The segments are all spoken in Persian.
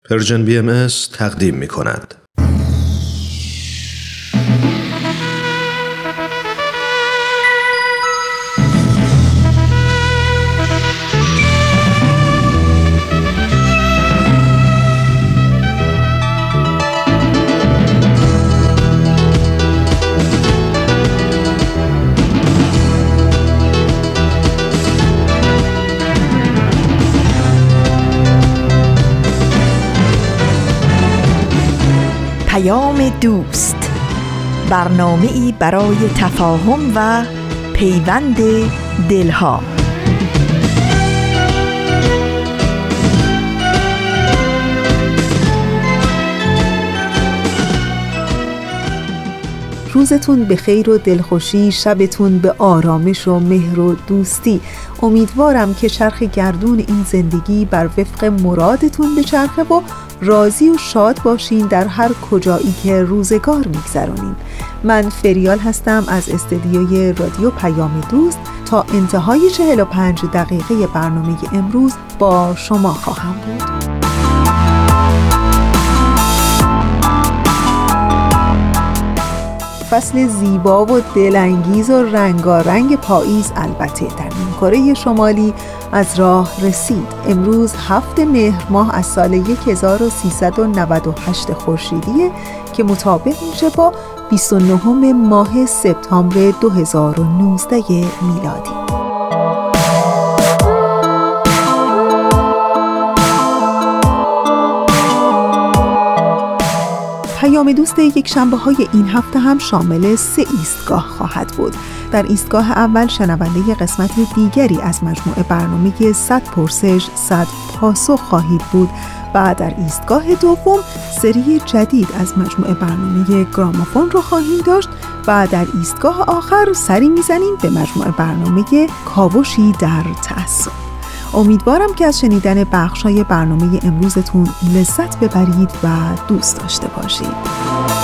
پرژن BMS تقدیم می کند. دوست، برنامه‌ای برای تفاهم و پیوند دلها. روزتون به خیر و دلخوشی، شبتون به آرامش و مهر و دوستی. امیدوارم که چرخ گردون این زندگی بر وفق مرادتون بچرخه و راضی و شاد باشین در هر کجایی که روزگار میگذرونین. من فریال هستم از استدیوی رادیو پیام دوست. تا انتهای 45 دقیقه برنامه امروز با شما خواهم بود. فصل زیبا و دلانگیز و رنگارنگ پاییز البته در نیمکره شمالی از راه رسید. امروز 7 مهر ماه از سال 1398 خورشیدی که مطابق میشه با 29 ماه سپتامبر 2019 میلادی. پیام دوست یک شنبه‌های این هفته هم شامل 3 ایستگاه خواهد بود. در ایستگاه اول شنونده قسمت دیگری از مجموعه برنامه 100 پرسش 100 پاسخ خواهید بود و در ایستگاه دوم سری جدید از مجموعه برنامه گرامافون رو خواهیم داشت و در ایستگاه آخر سری میزنیم به مجموعه برنامه کاوشی در تعصب. امیدوارم که از شنیدن بخش‌های برنامه امروزتون لذت ببرید و دوست داشته باشید.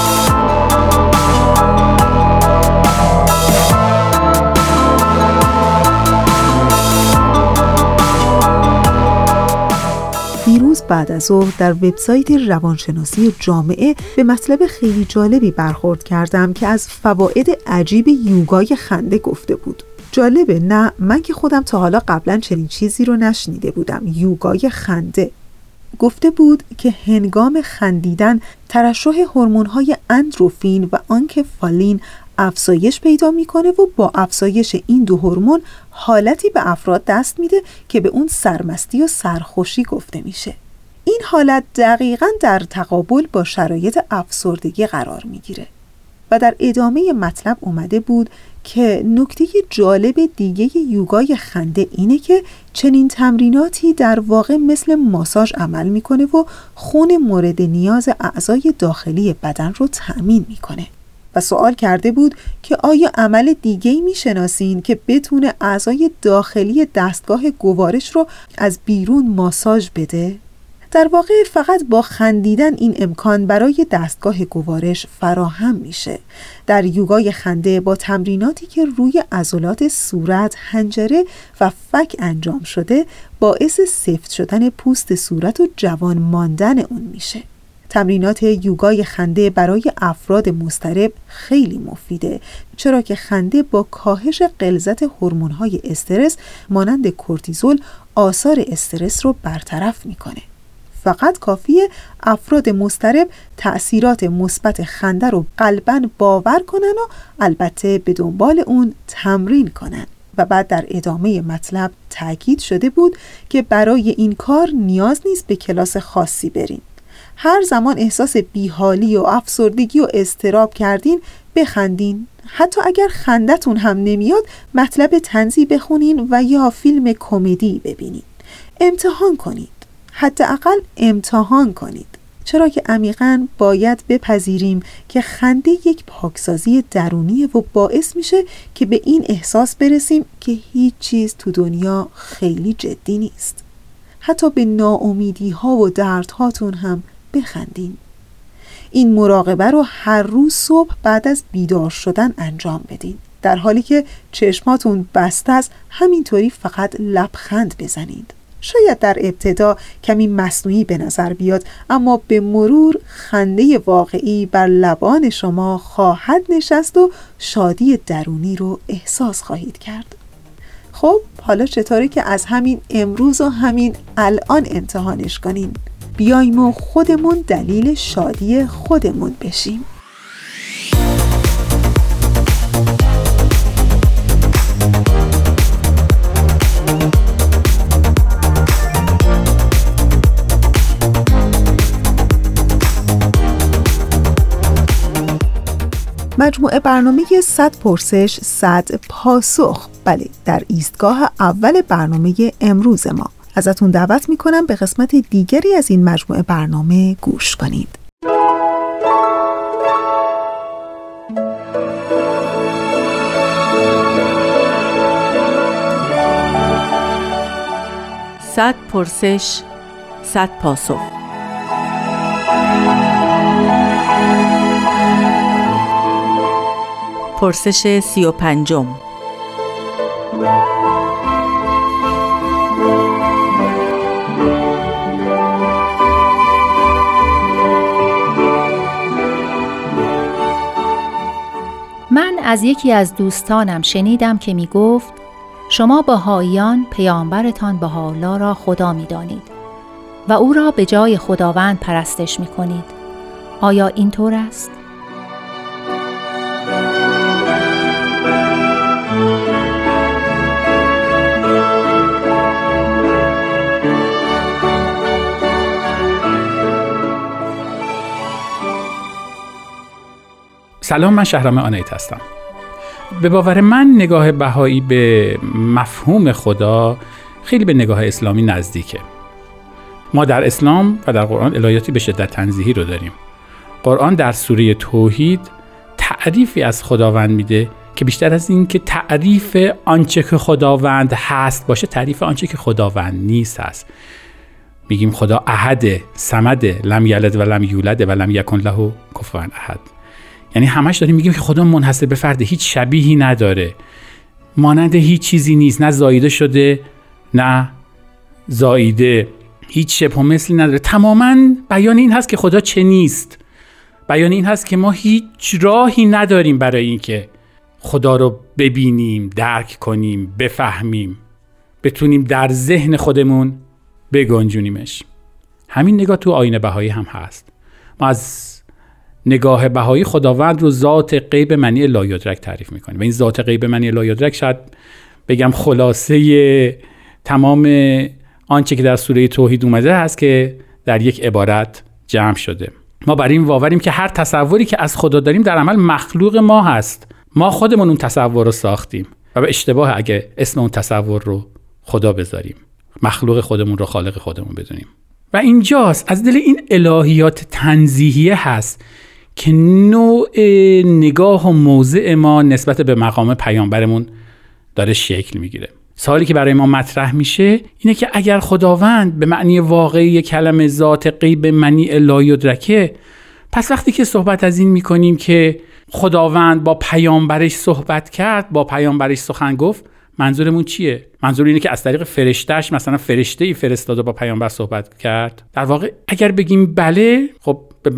دیروز بعد از ظهر در وبسایت روانشناسی جامعه به مطلب خیلی جالبی برخورد کردم که از فواید عجیب یوگای خنده گفته بود. جالبه نه؟ من که خودم تا حالا قبلا چنین چیزی رو نشنیده بودم. یوگای خنده گفته بود که هنگام خندیدن ترشح هورمون‌های اندروفین و آنکفالین افزایش پیدا میکنه و با افزایش این دو هورمون حالتی به افراد دست میده که به اون سرمستی و سرخوشی گفته میشه. این حالت دقیقاً در تقابل با شرایط افسردگی قرار میگیره. و در ادامه مطلب اومده بود که نکته جالب دیگه یوگای خنده اینه که چنین تمریناتی در واقع مثل ماساژ عمل میکنه و خون مورد نیاز اعضای داخلی بدن رو تأمین میکنه. و سوال کرده بود که آیا عمل دیگه‌ای میشناسین که بتونه اعضای داخلی دستگاه گوارش رو از بیرون ماساژ بده؟ در واقع فقط با خندیدن این امکان برای دستگاه گوارش فراهم میشه. در یوگای خنده با تمریناتی که روی عضلات صورت، حنجره و فک انجام شده باعث سفت شدن پوست صورت و جوان ماندن اون میشه. تمرینات یوگای خنده برای افراد مضطرب خیلی مفیده، چرا که خنده با کاهش غلظت هورمون‌های استرس مانند کورتیزول آثار استرس رو برطرف میکنه. فقط کافیه افراد مضطرب تأثیرات مثبت خنده رو قلباً باور کنن و البته به دنبال اون تمرین کنن. و بعد در ادامه مطلب تأکید شده بود که برای این کار نیاز نیست به کلاس خاصی برین. هر زمان احساس بیحالی و افسردگی و اضطراب کردین بخندین. حتی اگر خندتون هم نمیاد مطلب طنزی بخونین و یا فیلم کمدی ببینین. امتحان کنید. حداقل امتحان کنید. چرا که عمیقاً باید بپذیریم که خنده یک پاکسازی درونیه و باعث میشه که به این احساس برسیم که هیچ چیز تو دنیا خیلی جدی نیست. حتی به ناامیدی ها و دردهاتون هم بخندین. این مراقبه رو هر روز صبح بعد از بیدار شدن انجام بدین. در حالی که چشماتون بسته است همینطوری فقط لبخند بزنید. شاید در ابتدا کمی مصنوعی به نظر بیاد، اما به مرور خنده واقعی بر لبان شما خواهد نشست و شادی درونی رو احساس خواهید کرد. خب حالا چطوره که از همین امروز و همین الان امتحانش کنیم؟ بیاییم و خودمون دلیل شادی خودمون بشیم. مجموعه برنامه 100 پرسش 100 پاسخ، بله، در ایستگاه اول برنامه امروز ما. ازتون دعوت میکنم به قسمت دیگری از این مجموعه برنامه گوش کنید. صد پرسش 100 پاسخ. پرسش 35. من از یکی از دوستانم شنیدم که می گفت شما بهائیان پیامبرتان بهاءالله را خدا می دانید و او را به جای خداوند پرستش می کنید. آیا این طور است؟ سلام، من شهرام آنایت هستم. به باور من نگاه بهایی به مفهوم خدا خیلی به نگاه اسلامی نزدیکه. ما در اسلام و در قرآن الهیاتی به شدت تنزیهی رو داریم. قرآن در سوره توحید تعریفی از خداوند میده که بیشتر از این که تعریف آنچه که خداوند هست باشه، تعریف آنچه که خداوند نیست هست. میگیم خدا احد، صمد، لم یلد و لم یولد و لم یکن له کفوا احد. یعنی همش داریم میگیم که خدا منحصر به فرده، هیچ شبیهی نداره، مانند هیچ چیزی نیست، نه زاییده شده نه زاییده، هیچ شبه و مثلی نداره. تماما بیان این هست که خدا چه نیست. بیان این هست که ما هیچ راهی نداریم برای این که خدا رو ببینیم، درک کنیم، بفهمیم، بتونیم در ذهن خودمون بگنجونیمش. همین نگاه تو آیین بهایی هم هست. ما از نگاه بهایی خداوند رو ذات غیب معنی لایدرک تعریف میکنیم و این ذات غیب معنی لایدرک شاید بگم خلاصه تمام آنچه که در سوره توحید اومده هست که در یک عبارت جمع شده. ما بر این باوریم که هر تصوری که از خدا داریم در عمل مخلوق ما هست. ما خودمون اون تصور رو ساختیم و به اشتباه اگه اسم اون تصور رو خدا بذاریم، مخلوق خودمون رو خالق خودمون بدونیم. و اینجاست از دل این الهیات تنزیهیه هست که نوع نگاه و موضع ما نسبت به مقام پیامبرمون داره شکل میگیره. سوالی که برای ما مطرح میشه اینه که اگر خداوند به معنی واقعی کلمه ذات غیب منیع لایدرکه، پس وقتی که صحبت از این میکنیم که خداوند با پیامبرش صحبت کرد، با پیامبرش سخن گفت، منظورمون چیه؟ منظور اینه که از طریق فرشتهش، مثلا فرشته‌ای فرستاد و با پیامبر صحبت کرد؟ در واقع اگر بگیم بله، خب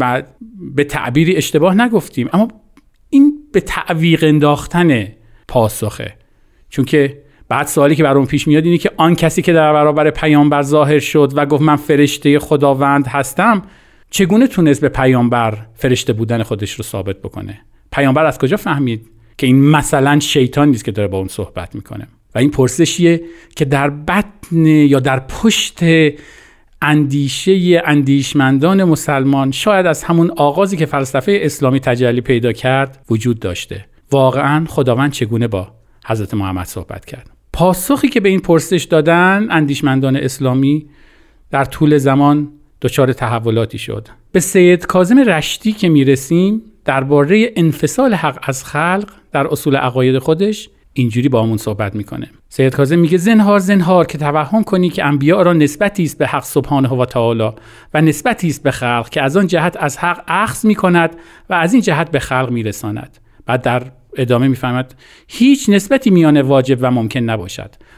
به تعبیری اشتباه نگفتیم، اما این به تعویق انداختن پاسخه. چون که بعد سوالی که برام پیش میاد اینه که آن کسی که در برابر پیامبر ظاهر شد و گفت من فرشته خداوند هستم، چگونه تونست به پیامبر فرشته بودن خودش رو ثابت بکنه؟ پیامبر از کجا فهمید که این مثلا شیطان نیست که داره با اون صحبت میکنه؟ و این پرسشیه که در بطن یا در پشت اندیشه اندیشمندان مسلمان شاید از همون آغازی که فلسفه اسلامی تجلی پیدا کرد وجود داشته. واقعا خداوند چگونه با حضرت محمد صحبت کرد؟ پاسخی که به این پرسش دادن اندیشمندان اسلامی در طول زمان دچار تحولاتی شد. به سید کاظم رشتی که میرسیم، درباره انفصال حق از خلق در اصول عقاید خودش اینجوری با همون صحبت میکنه. سید کاظم میگه زنهار که توهم کنی که انبیا را نسبتی است به حق سبحانه و تعالی و نسبتی است به خلق که از آن جهت از حق اخذ میکند و از این جهت به خلق میرساند. بعد در ادامه میفهمد هیچ نسبتی میان واجب و ممکن نباشد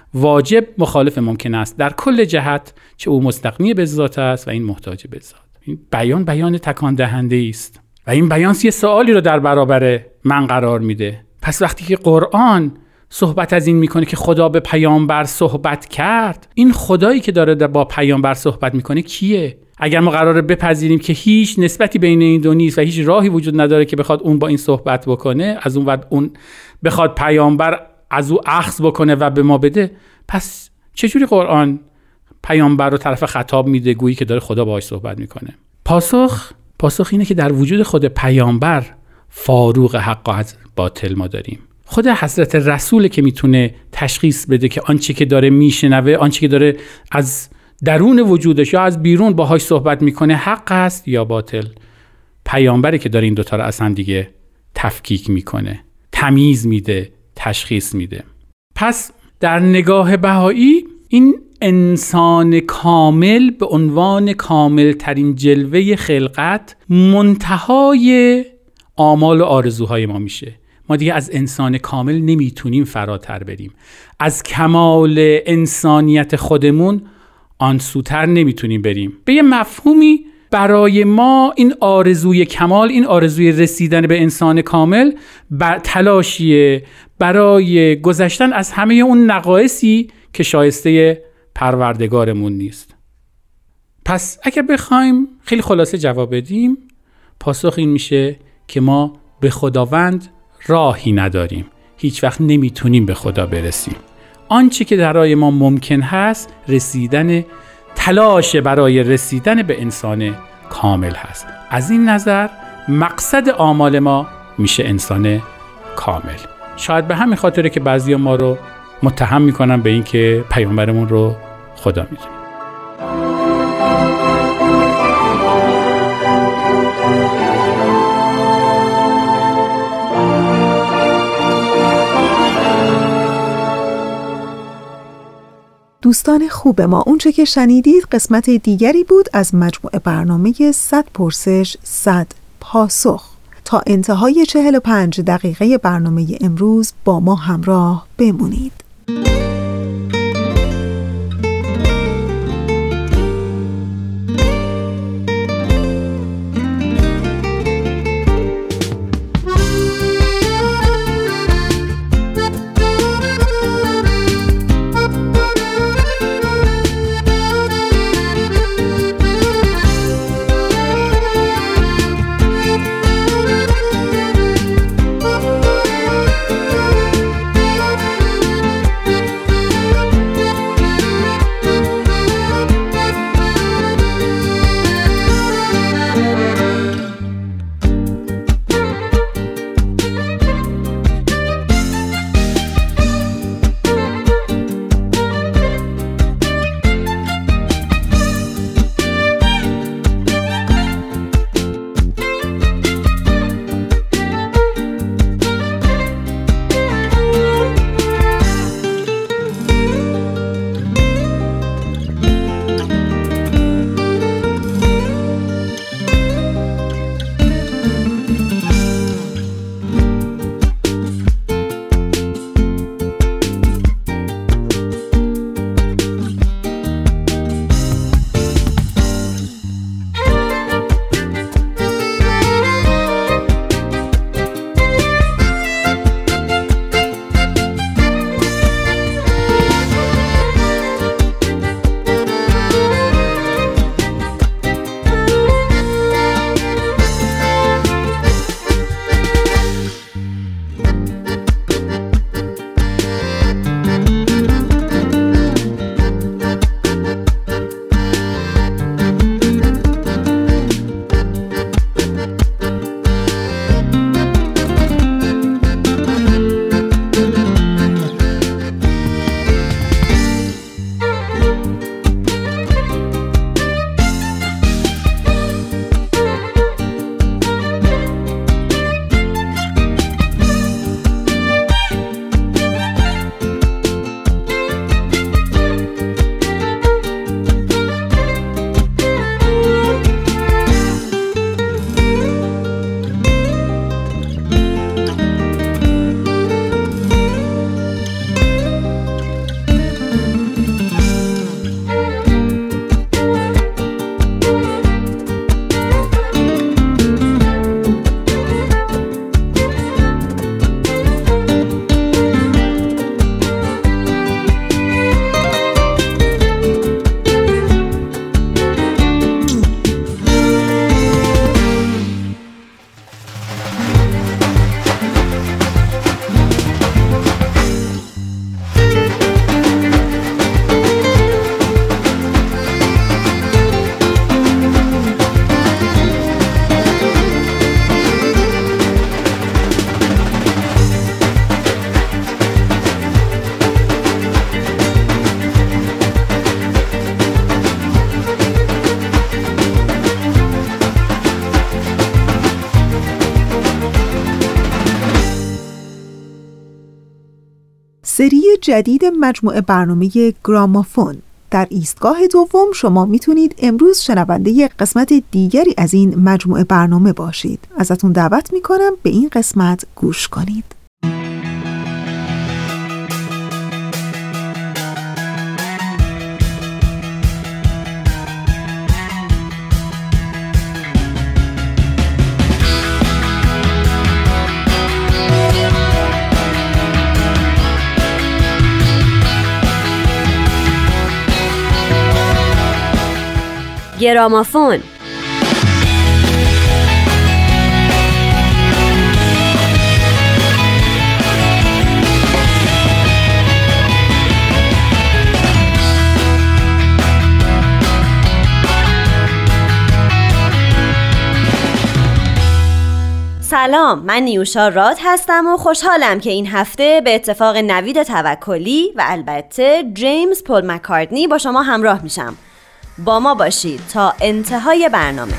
واجب مخالف ممکن است در کل جهت، چه او مستغنی به ذات است و این محتاج به ذات. این بیان تکان دهنده است و این بیان یه سوالی رو در برابر من قرار میده. پس وقتی که قرآن صحبت از این میکنه که خدا به پیامبر صحبت کرد، این خدایی که داره با پیامبر صحبت میکنه کیه؟ اگر ما قراره بپذیریم که هیچ نسبتی بین این دو نیست و هیچ راهی وجود نداره که بخواد اون با این صحبت بکنه، از اون وقت اون بخواد پیامبر از او اخذ بکنه و به ما بده، پس چجوری قرآن پیامبر رو طرف خطاب میده گویی که داره خدا باهاش صحبت میکنه؟ پاسخ اینه که در وجود خود پیامبر فاروق حق از باطل ما داریم. خود حضرت رسول که میتونه تشخیص بده که آنچه که داره میشنوه، آنچه که داره از درون وجودش یا از بیرون باهاش صحبت میکنه حق است یا باطل. پیامبری که داره این دوتا رو اصلا دیگه تفکیک میکنه، تمیز میده، تشخیص میده. پس در نگاه بهایی این انسان کامل به عنوان کامل ترین جلوه خلقت منتهای آمال و آرزوهای ما میشه. ما دیگه از انسان کامل نمیتونیم فراتر بریم، از کمال انسانیت خودمون آن سوتر نمیتونیم بریم. به یه مفهومی برای ما این آرزوی کمال، این آرزوی رسیدن به انسان کامل تلاشیه برای گذشتن از همه اون نقایصی که شایسته پروردگارمون نیست. پس اگر بخوایم خیلی خلاصه جواب بدیم، پاسخ این میشه که ما به خداوند راهی نداریم، هیچ وقت نمیتونیم به خدا برسیم. آنچه که درای ما ممکن هست تلاش برای رسیدن به انسان کامل هست. از این نظر مقصد آمال ما میشه انسان کامل. شاید به همین خاطره که بعضیا ما رو متهم میکنن به این که پیامبرمون رو خدا میدونیم. دوستان خوب ما، اونچه که شنیدید قسمت دیگری بود از مجموعه برنامه 100 پرسش 100 پاسخ. تا انتهای 45 دقیقه برنامه امروز با ما همراه بمونید. سری جدید مجموعه برنامه گرامافون. در ایستگاه دوم شما میتونید امروز شنونده قسمت دیگری از این مجموعه برنامه باشید. ازتون دعوت میکنم به این قسمت گوش کنید. گرامافون. سلام، من نیوشا راد هستم و خوشحالم که این هفته به اتفاق نوید توکلی و البته جیمز پول مکارتنی با شما همراه میشم. با ما باشید تا انتهای برنامه.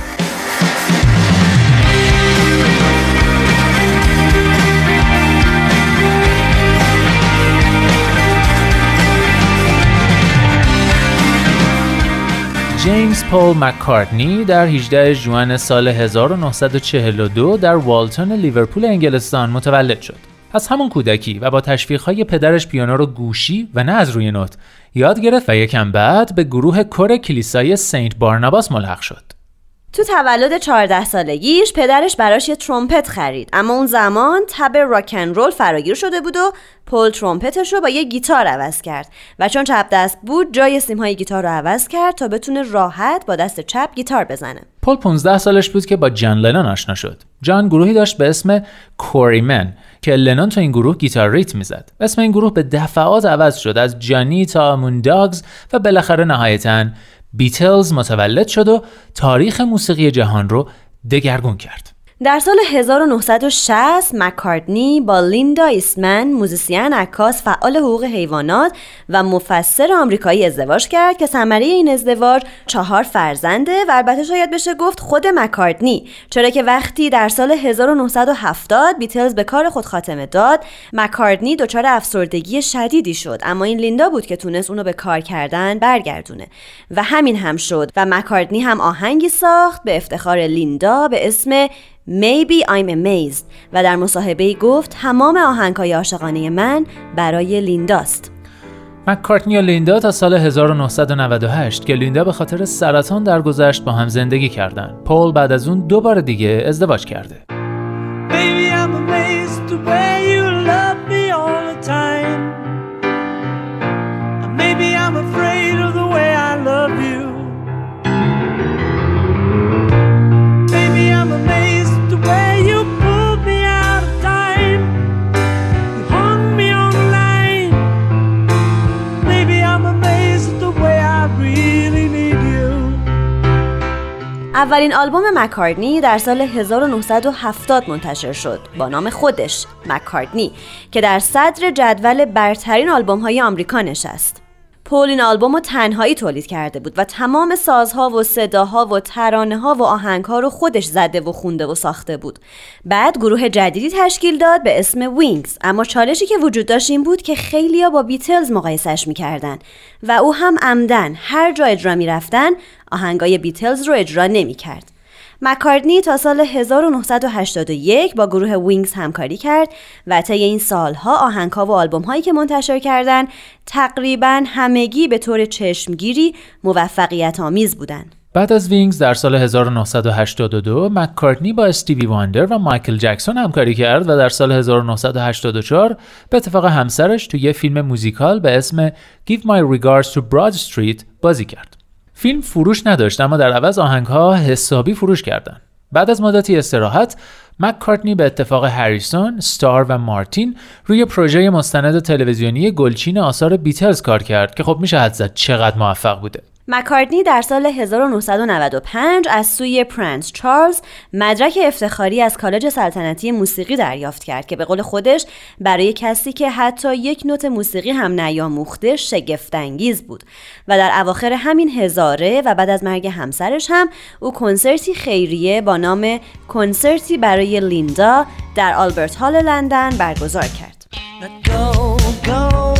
جیمز پول مکارتنی در 18 ژوئن سال 1942 در والتون لیورپول انگلستان متولد شد. از همون کودکی و با تشویق‌های پدرش پیانو رو گوشی و نه از روی نوت یاد گرفت و یکم بعد به گروه کور کلیسای سنت بارناباس ملحق شد. تو تولد 14 سالگیش پدرش براش یه ترومپت خرید، اما اون زمان تب راکن رول فراگیر شده بود و پول ترومپتش رو با یه گیتار عوض کرد و چون چپ دست بود جای سیم‌های گیتار رو عوض کرد تا بتونه راحت با دست چپ گیتار بزنه. پول 15 سالش بود که با جان لنون آشنا شد. جان گروهی داشت به اسم کوریمن که لنون تو این گروه گیتار ریتم میزد. اسم این گروه به دفعات عوض شد، از جانی تا مونداگز و بالاخره نهایتاً بیتلز متولد شد و تاریخ موسیقی جهان رو دگرگون کرد. در سال 1960 مکارتنی با لیندا ایستمن، موزیسین، عکاس، فعال حقوق حیوانات و مفسر آمریکایی ازدواج کرد که ثمره این ازدواج 4 فرزنده و البته شاید بشه گفت خود مکارتنی، چرا که وقتی در سال 1970 بیتلز به کار خود خاتمه داد، مکارتنی دچار افسردگی شدیدی شد، اما این لیندا بود که تونست اونو به کار کردن برگردونه و همین هم شد و مکارتنی هم آهنگی ساخت به افتخار لیندا به اسم Maybe I'm Amazed و در مصاحبه‌ای گفت تمام آهنگ‌های عاشقانه من برای لینداست. مکارتنی و لیندا تا سال 1998 که لیندا به خاطر سرطان درگذشت با هم زندگی کردن. پول بعد از اون 2 بار دیگه ازدواج کرده. Baby, I'm amazed the way you love me all the time. Maybe I'm afraid of the way I love you. Baby, I'm amazed the way you pulled me out of time. You hung me on the line. Baby, I'm amazed the way I really need you. اولین آلبوم مکارتنی در سال 1970 منتشر شد با نام خودش مکارتنی که در صدر جدول برترین آلبوم‌های آمریکا نشست. پول این آلبوم رو تنهایی تولید کرده بود و تمام سازها و صداها و ترانه‌ها و آهنگ‌ها رو خودش زده و خونده و ساخته بود. بعد گروه جدیدی تشکیل داد به اسم وینگز، اما چالشی که وجود داشت این بود که خیلیا با بیتلز مقایسش می‌کردن و او هم عمدن هر جا اجرا می‌رفتن آهنگای بیتلز رو اجرا نمی‌کرد. مکارتنی تا سال 1981 با گروه وینگز همکاری کرد و طی این سالها آهنگ‌ها و آلبوم‌هایی که منتشر کردند تقریباً همگی به طور چشمگیری موفقیت آمیز بودند. بعد از وینگز در سال 1982 مکارتنی با استیوی واندر و مایکل جکسون همکاری کرد و در سال 1984 به اتفاق همسرش توی یه فیلم موزیکال به اسم Give My Regards to Broad Street بازی کرد. فیلم فروش نداشت اما در عوض آهنگ‌ها حسابی فروش کردن. بعد از مدتی استراحت مکارتنی به اتفاق هریسون، ستار و مارتین روی پروژه مستند تلویزیونی گلچین آثار بیتلز کار کرد که خب میشه حد زد چقدر موفق بوده. مکارتنی در سال 1995 از سوی پرنس چارلز مدرک افتخاری از کالج سلطنتی موسیقی دریافت کرد که به قول خودش برای کسی که حتی یک نوت موسیقی هم نیاموخته شگفت‌انگیز بود و در اواخر همین هزاره و بعد از مرگ همسرش هم او کنسرتی خیریه با نام کنسرتی برای لیندا در آلبرت هال لندن برگزار کرد. Go, go.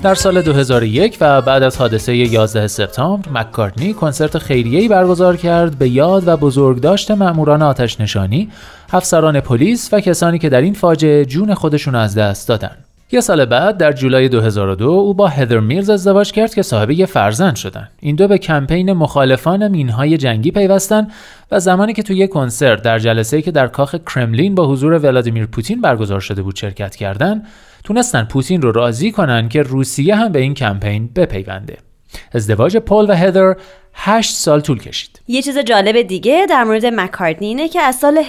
در سال 2001 و بعد از حادثه 11 سپتامبر مک‌کارتنی کنسرت خیریه‌ای برگزار کرد به یاد و بزرگداشت مأموران آتش‌نشانی، افسران پلیس و کسانی که در این فاجعه جون خودشون از دست دادن. یه سال بعد در جولای 2002 او با هدر میرز ازدواج کرد که صاحب یه فرزند شدن. این دو به کمپین مخالفان مینهای جنگی پیوستن و زمانی که توی یه کنسرت در جلسه‌ای که در کاخ کرملین با حضور ولادیمیر پوتین برگزار شده بود شرکت کردن، تونستن پوتین رو راضی کنن که روسیه هم به این کمپین بپیونده. ازدواج پل و هدر 8 سال طول کشید. یه چیز جالب دیگه در مورد مک‌کارتنی اینه که از سال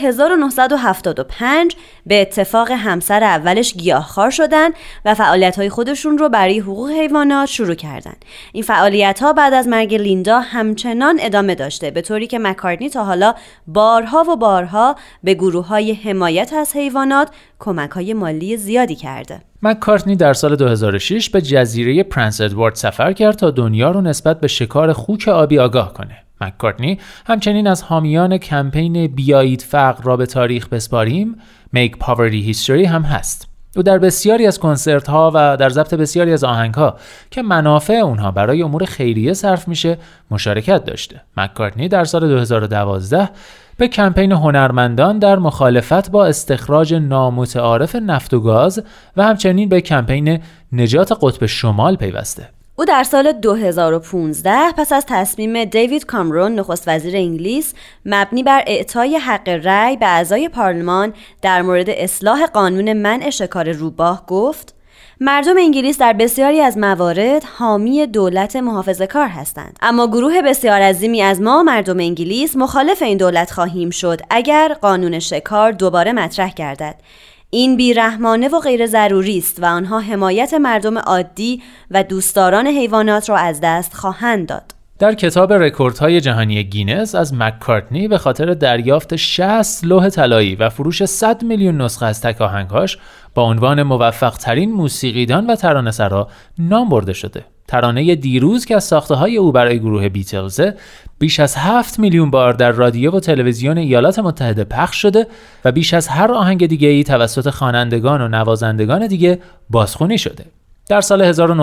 1975 به اتفاق همسر اولش گیاهخوار شدن و فعالیت‌های خودشون رو برای حقوق حیوانات شروع کردن. این فعالیت‌ها بعد از مرگ لیندا همچنان ادامه داشته، به طوری که مک‌کارتنی تا حالا بارها و بارها به گروه‌های حمایت از حیوانات کمک‌های مالی زیادی کرده. مک‌کارتنی در سال 2006 به جزیره پرنس ادوارد سفر کرد تا دنیا رو نسبت به شکار خوک آبی آگاه کنه. مک‌کارتنی همچنین از حامیان کمپین بیایید فقر را به تاریخ بسپاریم Make Poverty History هم هست. او در بسیاری از کنسرت‌ها و در ضبط بسیاری از آهنگ‌ها که منافع اونها برای امور خیریه صرف میشه مشارکت داشته. مک‌کارتنی در سال 2012 به کمپین هنرمندان در مخالفت با استخراج نامتعارف نفت و گاز و همچنین به کمپین نجات قطب شمال پیوسته. او در سال 2015 پس از تصمیم دیوید کامرون نخست وزیر انگلیس مبنی بر اعطای حق رأی به اعضای پارلمان در مورد اصلاح قانون منع شکار روباه گفت: مردم انگلیس در بسیاری از موارد حامی دولت محافظه‌کار هستند، اما گروه بسیار عظیمی از ما مردم انگلیس مخالف این دولت خواهیم شد اگر قانون شکار دوباره مطرح گردد. این بیرحمانه و غیر ضروری است و آنها حمایت مردم عادی و دوستداران حیوانات را از دست خواهند داد. در کتاب رکوردهای جهانی گینس از مک‌کارتنی به خاطر دریافت 60 لوح طلایی و فروش 100 میلیون نسخه از تک آهنگاش با عنوان موفق ترین موسیقیدان و ترانه‌سرا نام برده شده. ترانه دیروز که از ساخته‌های او برای گروه بیتلز بیش از 7 میلیون بار در رادیو و تلویزیون ایالات متحده پخش شده و بیش از هر آهنگ دیگه‌ای توسط خوانندگان و نوازندگان دیگه بازخوانی شده. در سال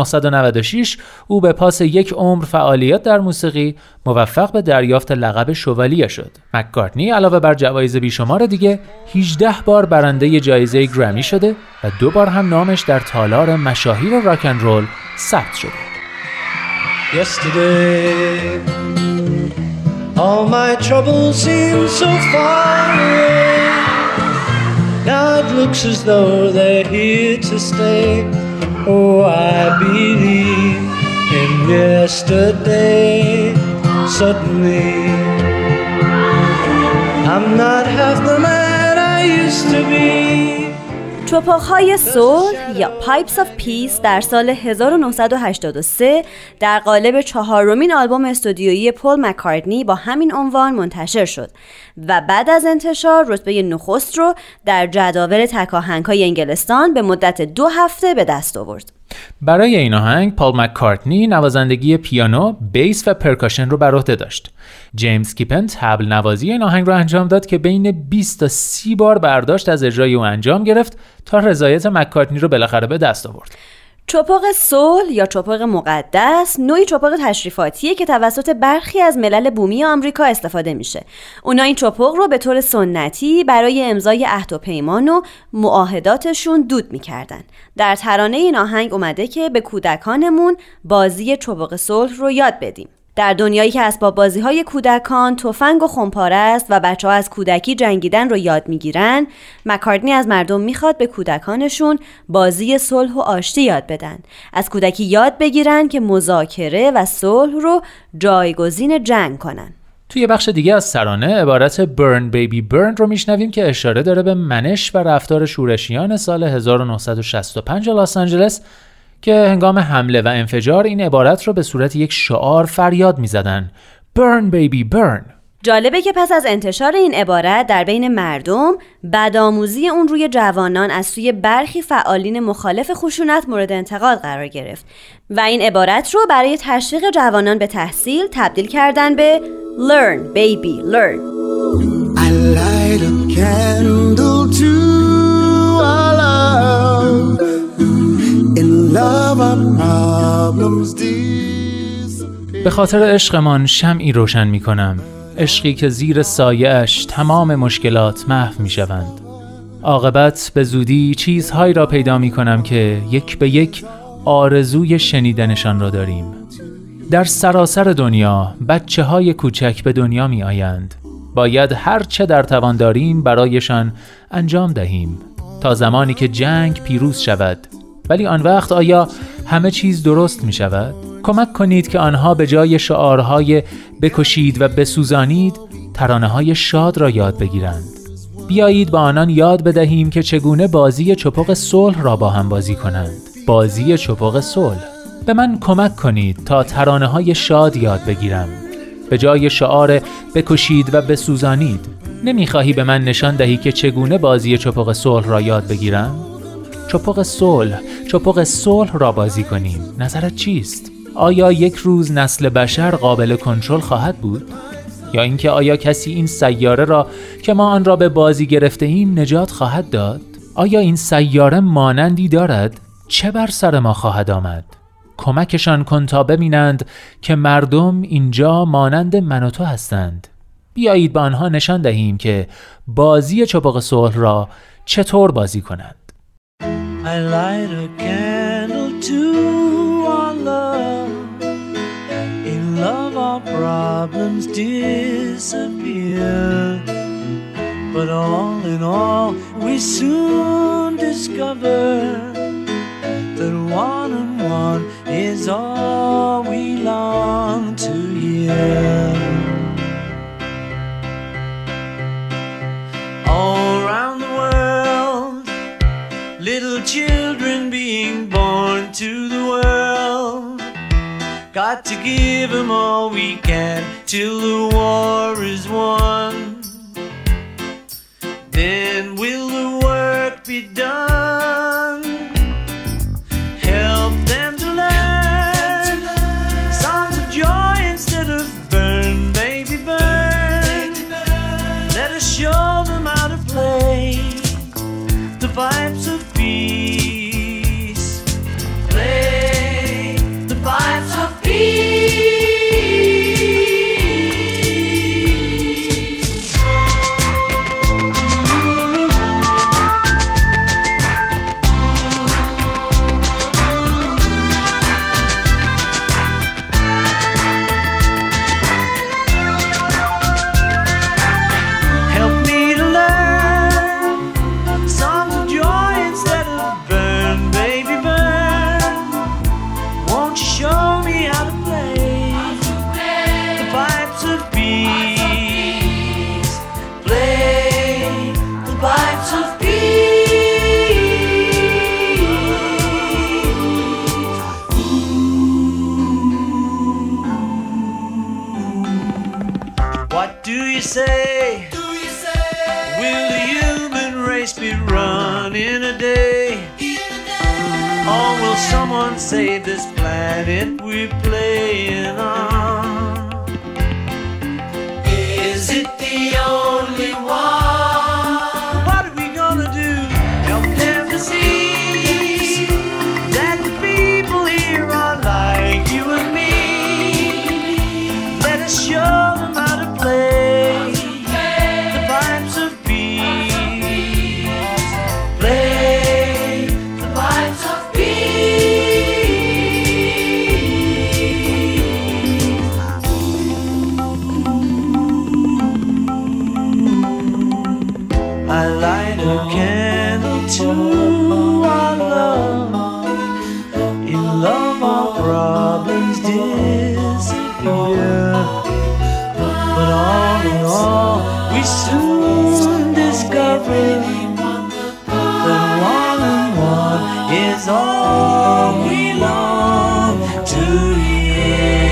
1996 او به پاس یک عمر فعالیت در موسیقی موفق به دریافت لقب شوالیه شد. مک‌کارتنی علاوه بر جوایز بیشمار دیگه 18 بار برنده جایزه گرمی شده و 2 بار هم نامش در تالار مشاهیر راک اند رول ثبت شده. Yesterday, all my troubles seem so far away. Now it looks as though they're here to stay. Oh, I believe in yesterday. Suddenly, I'm not half the man I used to be. چپاق‌های صلح یا Pipes of Peace در سال 1983 در قالب 4مین آلبوم استودیویی پل مک‌کارتنی با همین عنوان منتشر شد و بعد از انتشار رتبه نخست رو در جداول تک آهنگ‌های انگلستان به مدت 2 هفته به دست آورد. برای این آهنگ پال مک‌کارتنی نوازندگی پیانو، بیس و پرکاشن رو بر عهده داشت. جیمز کیپن طبل نوازی این آهنگ رو انجام داد که بین 20 تا 30 بار برداشت از اجرای او انجام گرفت تا رضایت مک‌کارتنی رو بالاخره به دست آورد. چپاق صلح یا چپاق مقدس نوعی چپاق تشریفاتیه که توسط برخی از ملل بومی آمریکا استفاده میشه. اونا این چپاق رو به طور سنتی برای امضای عهد و پیمان و معاهداتشون دود میکردن. در ترانه این آهنگ اومده که به کودکانمون بازی چپاق صلح رو یاد بدیم. در دنیایی که اسباب بازی‌های کودکان تفنگ و خمپاره است و بچه‌ها از کودکی جنگیدن رو یاد می‌گیرن، مک‌کارتنی از مردم می‌خواد به کودکانشون بازی صلح و آشتی یاد بدن. از کودکی یاد بگیرن که مذاکره و صلح رو جایگزین جنگ کنن. توی بخش دیگه از ترانه عبارت Burn Baby Burn رو میشنویم که اشاره داره به منش و رفتار شورشیان سال 1965 لس آنجلس که هنگام حمله و انفجار این عبارت رو به صورت یک شعار فریاد می‌زدن Burn Baby Burn. جالبه که پس از انتشار این عبارت در بین مردم بدآموزی اون روی جوانان از سوی برخی فعالین مخالف خشونت مورد انتقاد قرار گرفت و این عبارت رو برای تشویق jawانان به تحصیل تبدیل کردن به Learn Baby Learn. I light a candle to our love. In love I'm proud به خاطر عشقمان شمعی روشن می کنم، عشقی که زیر سایه‌اش تمام مشکلات محو می شوند. عاقبت به زودی چیزهایی را پیدا می کنم که یک به یک آرزوی شنیدنشان را داریم. در سراسر دنیا بچه های کوچک به دنیا می آیند. باید هر چه در توان داریم برایشان انجام دهیم تا زمانی که جنگ پیروز شود. ولی آن وقت آیا همه چیز درست می شود؟ کمک کنید که آنها به جای شعارهای بکشید و بسوزانید ترانه‌های شاد را یاد بگیرند. بیایید با آنان یاد بدهیم که چگونه بازی چپق صلح را با هم بازی کنند. بازی چپق صلح. به من کمک کنید تا ترانه‌های شاد یاد بگیرم. به جای شعار بکشید و بسوزانید، نمی‌خواهی به من نشان دهی که چگونه بازی چپق صلح را یاد بگیرم؟ چپق صلح را بازی کنیم. نظرت چیست؟ آیا یک روز نسل بشر قابل کنترل خواهد بود؟ یا اینکه آیا کسی این سیاره را که ما آن را به بازی گرفته ایم نجات خواهد داد؟ آیا این سیاره مانندی دارد؟ چه بر سر ما خواهد آمد؟ کمکشان کن تا ببینند که مردم اینجا مانند من و تو هستند. بیایید با آنها نشان دهیم که بازی چپق صلح را چطور بازی کنند. I light a candle to our love. In love our problems disappear. But all in all we soon discover that one and one is all we long to hear. All around the world, little children being born to the world. Got to give them all we can till the war is won. Then will the work be done? Help them to learn songs of joy instead of burn, baby, burn. Let us show them how to play the pipes of peace. Play the pipes of peace. Help me to learn songs of joy instead of burn, baby, burn. Won't you show me how to play the pipes of peace? Play the pipes of peace. What do you say? Will the human race be run in a day? Or will someone save this planet we're playing on? Is it the only one? What are we gonna do? Help them to see that the people here are like you and me. Let us show them how to play the pipes of peace. Play the pipes of I light a candle to our love. In love our problems disappear. But all in all we soon discover that one and one is all we long to hear.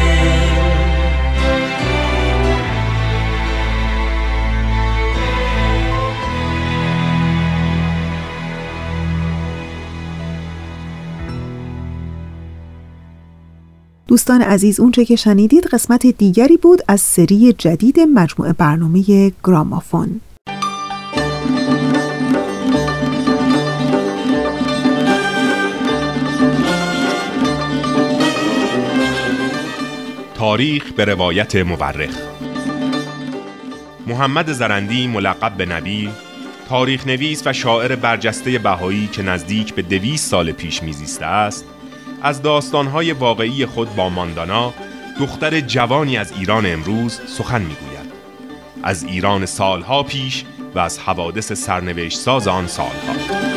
دوستان عزیز، اونچه که شنیدید قسمت دیگری بود از سری جدید مجموعه برنامه گرامافون. تاریخ به روایت مورخ. محمد زرندی ملقب به نبی، تاریخ نویس و شاعر برجسته بهایی که نزدیک به 200 سال پیش میزیسته است، از داستانهای واقعی خود با ماندانا، دختر جوانی از ایران امروز، سخن میگوید. از ایران سالها پیش و از حوادث سرنوشت ساز آن سالها.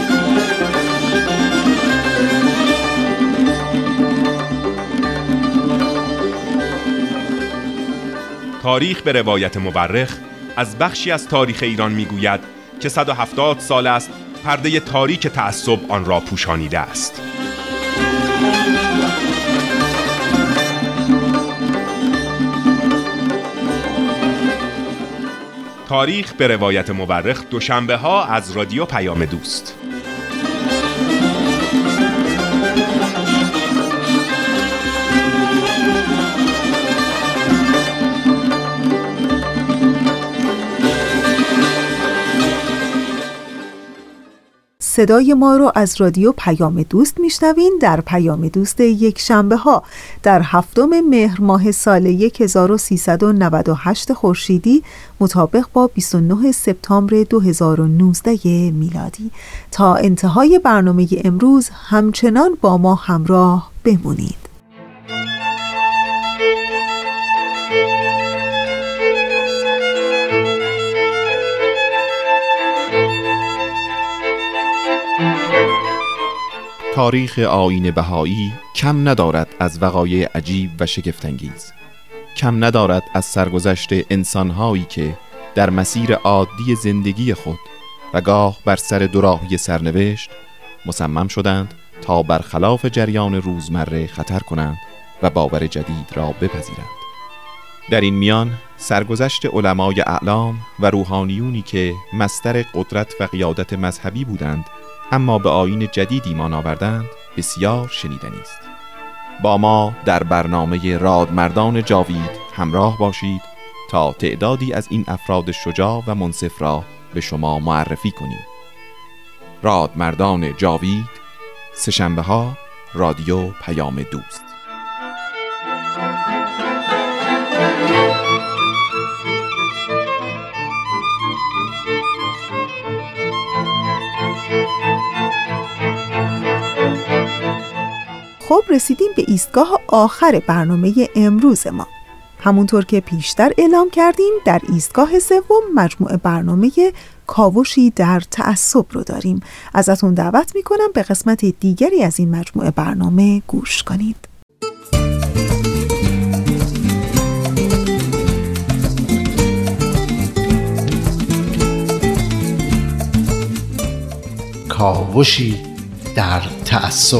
تاریخ به روایت مورخ از بخشی از تاریخ ایران میگوید که 170 سال است پرده تاریک تعصب آن را پوشانیده است. تاریخ به روایت مورخ دوشنبه ها از رادیو پیام دوست. صدای ما رو از رادیو پیام دوست میشنوین در پیام دوست یک شنبه ها در 7 مهر ماه سال 1398 خورشیدی مطابق با 29 سپتامبر 2019 میلادی. تا انتهای برنامه امروز همچنان با ما همراه بمونید. تاریخ آیین بهایی کم ندارد از وقایع عجیب و شگفت‌انگیز، کم ندارد از سرگذشت انسان‌هایی که در مسیر عادی زندگی خود و گاه بر سر دوراهی سرنوشت مصمم شدند تا برخلاف جریان روزمره خطر کنند و باور جدید را بپذیرند. در این میان سرگذشت علمای اعلام و روحانیونی که مصدر قدرت و قیادت مذهبی بودند اما به آیین جدیدی ایمان آوردند بسیار شنیدنی است. با ما در برنامه رادمردان جاوید همراه باشید تا تعدادی از این افراد شجاع و منصف را به شما معرفی کنیم. رادمردان جاوید، سه‌شنبه ها، رادیو پیام دوست. خب رسیدیم به ایستگاه آخر برنامه امروز ما. همونطور که پیشتر اعلام کردیم در ایستگاه سوم مجموعه برنامه کاوشی در تعصب رو داریم. ازتون دعوت میکنم به قسمت دیگری از این مجموعه برنامه گوش کنید. کاوشی در تعصب.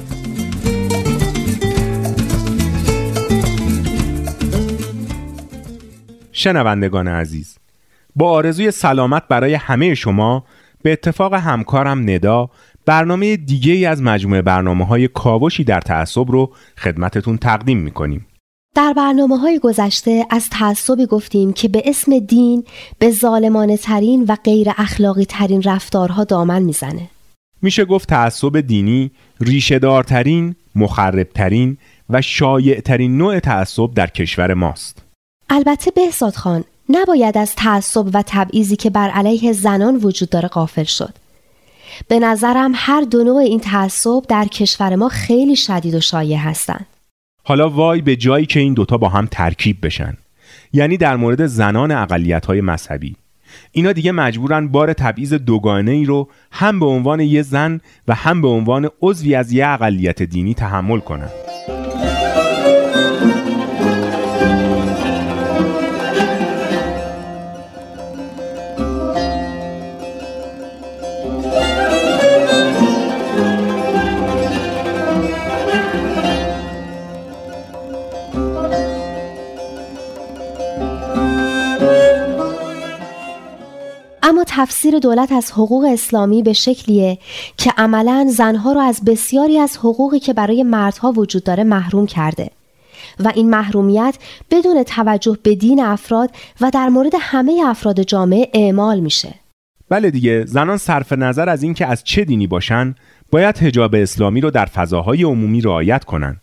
شنوندگان عزیز، با آرزوی سلامت برای همه شما، به اتفاق همکارم ندا برنامه دیگه‌ای از مجموعه برنامه‌های کاوشی در تعصب رو خدمتتون تقدیم می‌کنیم. در برنامه‌های گذشته از تعصبی گفتیم که به اسم دین به ظالمانه ترین و غیر اخلاقی ترین رفتارها دامن میزنه. میشه گفت تعصب دینی ریشه‌دارترین، مخربترین و شایع‌ترین نوع تعصب در کشور ماست. البته بهزاد خان، نباید از تعصب و تبعیضی که بر علیه زنان وجود داره غافل شد. به نظرم هر دو نوع این تعصب در کشور ما خیلی شدید و شایع هستند. حالا وای به جایی که این دوتا با هم ترکیب بشن. یعنی در مورد زنان اقلیت‌های مذهبی، اینا دیگه مجبورن بار تبعیض دوگانه‌ای رو هم به عنوان یه زن و هم به عنوان عضوی از یه اقلیت دینی تحمل کنن. اما تفسیر دولت از حقوق اسلامی به شکلیه که عملاً زنها رو از بسیاری از حقوقی که برای مردها وجود داره محروم کرده و این محرومیت بدون توجه به دین افراد و در مورد همه افراد جامعه اعمال میشه. بله دیگه، زنان صرف نظر از اینکه از چه دینی باشن باید حجاب اسلامی رو در فضاهای عمومی رعایت کنن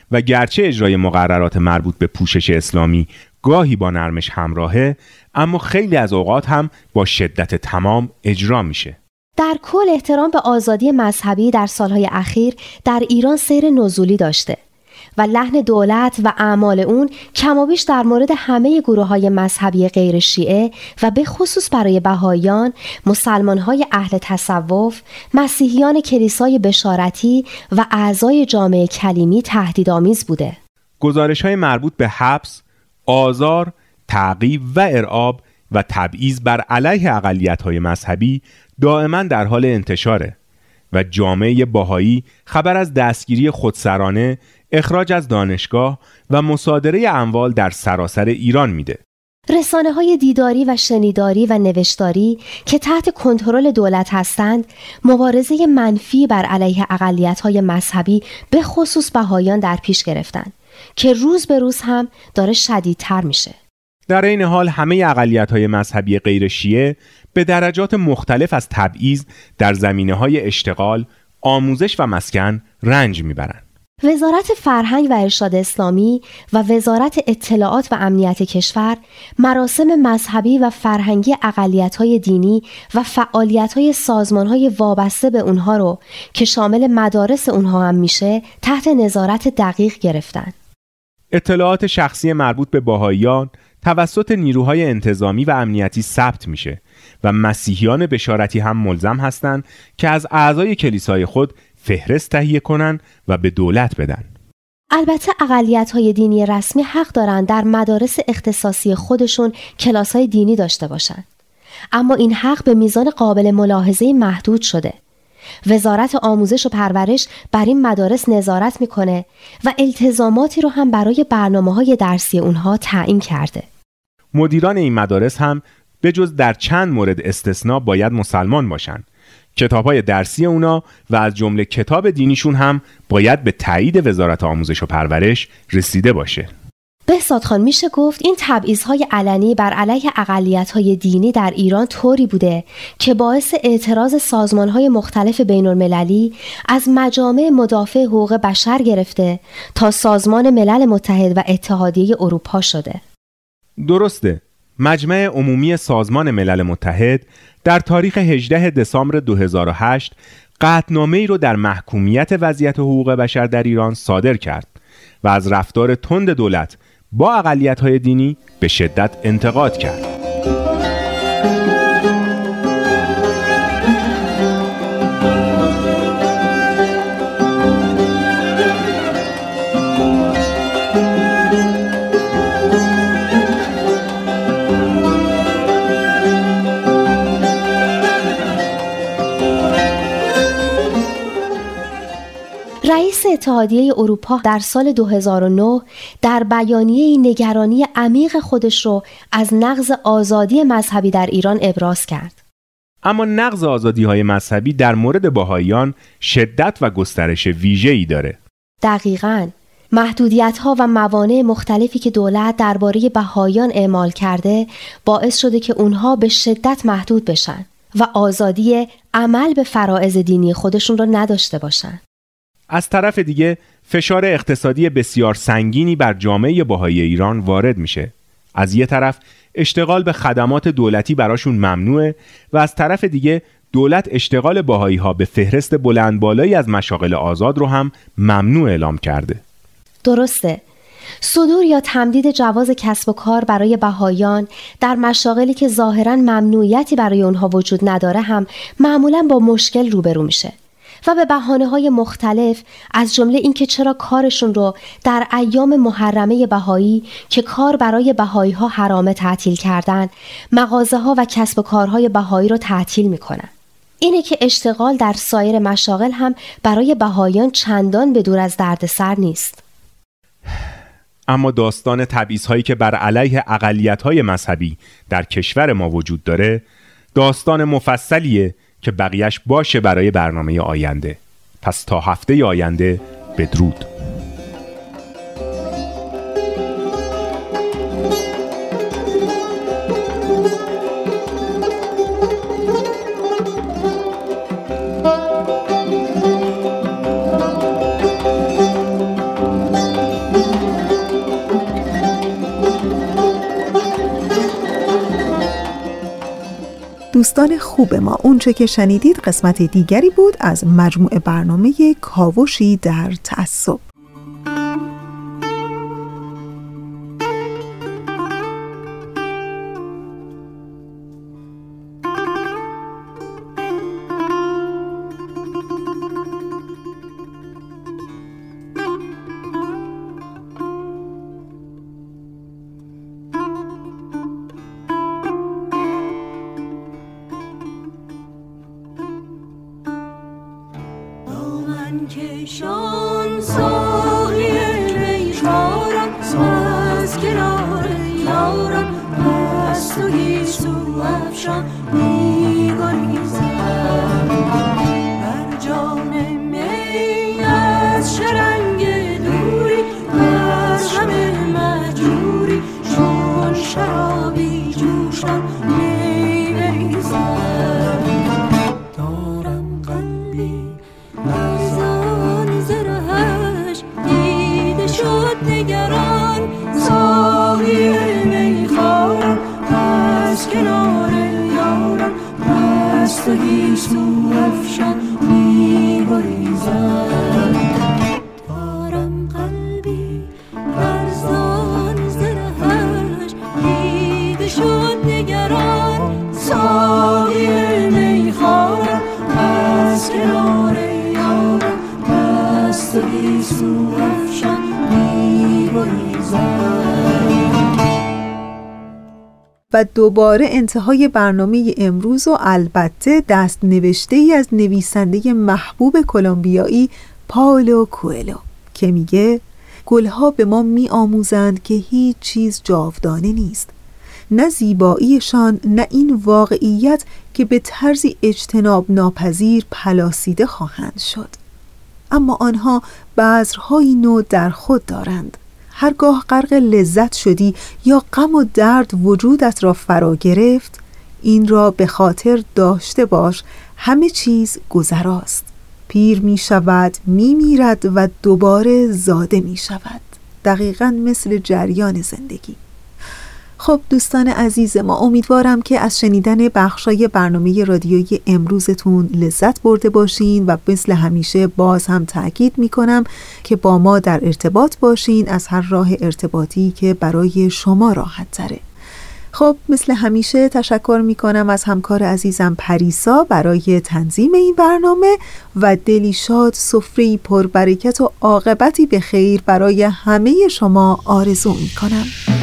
و گرچه اجرای مقررات مربوط به پوشش اسلامی گاهی با نرمش همراهه، اما خیلی از اوقات هم با شدت تمام اجرا میشه. در کل احترام به آزادی مذهبی در سالهای اخیر در ایران سیر نزولی داشته و لحن دولت و اعمال اون کمابیش در مورد همه گروه‌های مذهبی غیر شیعه و به خصوص برای بهائیان، مسلمان‌های اهل تصوف، مسیحیان کلیسای بشارتی و اعضای جامعه کلیمی تهدیدآمیز بوده. گزارش‌های مربوط به حبس، آزار، تعقیب و ارعاب و تبعیض بر علیه اقلیت‌های مذهبی دائما در حال انتشاره و جامعه بهایی خبر از دستگیری خودسرانه، اخراج از دانشگاه و مصادره اموال در سراسر ایران میده. رسانه‌های دیداری و شنیداری و نوشتاری که تحت کنترل دولت هستند، مبارزه منفی بر علیه اقلیت‌های مذهبی به خصوص بهائیان در پیش گرفتند که روز به روز هم داره شدیدتر میشه. در این حال همه اقلیت‌های مذهبی غیر شیعه به درجات مختلف از تبعیض در زمینه‌های اشتغال، آموزش و مسکن رنج میبرند. وزارت فرهنگ و ارشاد اسلامی و وزارت اطلاعات و امنیت کشور مراسم مذهبی و فرهنگی اقلیت‌های دینی و فعالیت‌های سازمان‌های وابسته به اونها رو که شامل مدارس اونها هم میشه تحت نظارت دقیق گرفتن. اطلاعات شخصی مربوط به بهائیان توسط نیروهای انتظامی و امنیتی ثبت میشه و مسیحیان بشارتی هم ملزم هستند که از اعضای کلیسای خود فهرست تهیه کنن و به دولت بدن. البته اقلیت‌های دینی رسمی حق دارن در مدارس اختصاصی خودشون کلاس‌های دینی داشته باشن. اما این حق به میزان قابل ملاحظه محدود شده. وزارت آموزش و پرورش بر این مدارس نظارت میکنه و التزاماتی رو هم برای برنامه‌های درسی اونها تعیین کرده. مدیران این مدارس هم به جز در چند مورد استثناء باید مسلمان باشن. کتاب‌های درسی اونا و از جمله کتاب دینیشون هم باید به تایید وزارت آموزش و پرورش رسیده باشه. بهزاد خان، میشه گفت این تبعیض‌های علنی بر علیه اقلیت‌های دینی در ایران طوری بوده که باعث اعتراض سازمان‌های مختلف بین‌المللی از مجامع مدافع حقوق بشر گرفته تا سازمان ملل متحد و اتحادیه اروپا شده. درسته. مجمع عمومی سازمان ملل متحد در تاریخ 18 دسامبر 2008 قطعنامه‌ای رو در محکومیت وضعیت حقوق بشر در ایران صادر کرد و از رفتار تند دولت با اقلیت‌های دینی به شدت انتقاد کرد. رئیس اتحادیه اروپا در سال 2009 در بیانیه نگرانی عمیق خودش رو از نقض آزادی مذهبی در ایران ابراز کرد. اما نقض آزادی‌های مذهبی در مورد بهائیان شدت و گسترش ویژه‌ای داره. دقیقاً. محدودیت‌ها و موانع مختلفی که دولت درباره بهائیان اعمال کرده باعث شده که اونها به شدت محدود بشن و آزادی عمل به فرائض دینی خودشون رو نداشته باشن. از طرف دیگه فشار اقتصادی بسیار سنگینی بر جامعه بهایی ایران وارد میشه. از یه طرف اشتغال به خدمات دولتی براشون ممنوعه و از طرف دیگه دولت اشتغال بهایی ها به فهرست بلند بالایی از مشاغل آزاد رو هم ممنوع اعلام کرده. درسته. صدور یا تمدید جواز کسب و کار برای بهائیان در مشاغلی که ظاهراً ممنوعیتی برای اونها وجود نداره هم معمولاً با مشکل روبرو میشه و به بهانه‌های مختلف از جمله اینکه چرا کارشون رو در ایام محرمه بهایی که کار برای بهایی‌ها حرامه تعطیل کردن، مغازه‌ها و کسب و کارهای بهایی رو تعطیل میکنن. اینه که اشتغال در سایر مشاغل هم برای بهاییان چندان به دور از دردسر نیست. اما داستان تبعیض‌هایی که بر علیه اقلیت‌های مذهبی در کشور ما وجود داره داستان مفصلیه که بقیه‌اش باشه برای برنامه آینده. پس تا هفته آینده بدرود. دوستان خوب ما، اونچه که شنیدید قسمت دیگری بود از مجموعه برنامه کاوشی در تعصب. کشان ساقی میخوارم از کنار یارم پس تو گیسو افشان میگریزم بر جان می از شرنگ دوری از غم مهجوری چون شرابی جوشان میریزم دارم قلبی شد نگران ساقی میخوارم از کنار یارم پس تو گیسو افشان میگریزم دارم قلبی برزان زرهش دیده شد نگران ساقی میخوارم از کنار یارم پس تو گیسو افشان و دوباره انتهای برنامه امروز و البته دست نوشته ای از نویسنده محبوب کلمبیایی پائولو کوئلو که میگه گلها به ما می آموزند که هیچ چیز جاودانه نیست، نه زیباییشان نه این واقعیت که به طرزی اجتناب ناپذیر پلاسیده خواهند شد، اما آنها بذرهای نو در خود دارند. هرگاه غرق لذت شدی یا غم و درد وجودت را فرا گرفت، این را به خاطر داشته باش همه چیز گذراست. پیر می شود، می میرد و دوباره زاده می شود. دقیقاً مثل جریان زندگی. خب دوستان عزیز ما، امیدوارم که از شنیدن بخشای برنامه رادیویی امروزتون لذت برده باشین و مثل همیشه باز هم تأکید میکنم که با ما در ارتباط باشین از هر راه ارتباطی که برای شما راحت تره. خب مثل همیشه تشکر میکنم از همکار عزیزم پریسا برای تنظیم این برنامه و دلی شاد، سفره‌ای پربرکت و عاقبتی به خیر برای همه شما آرزو میکنم.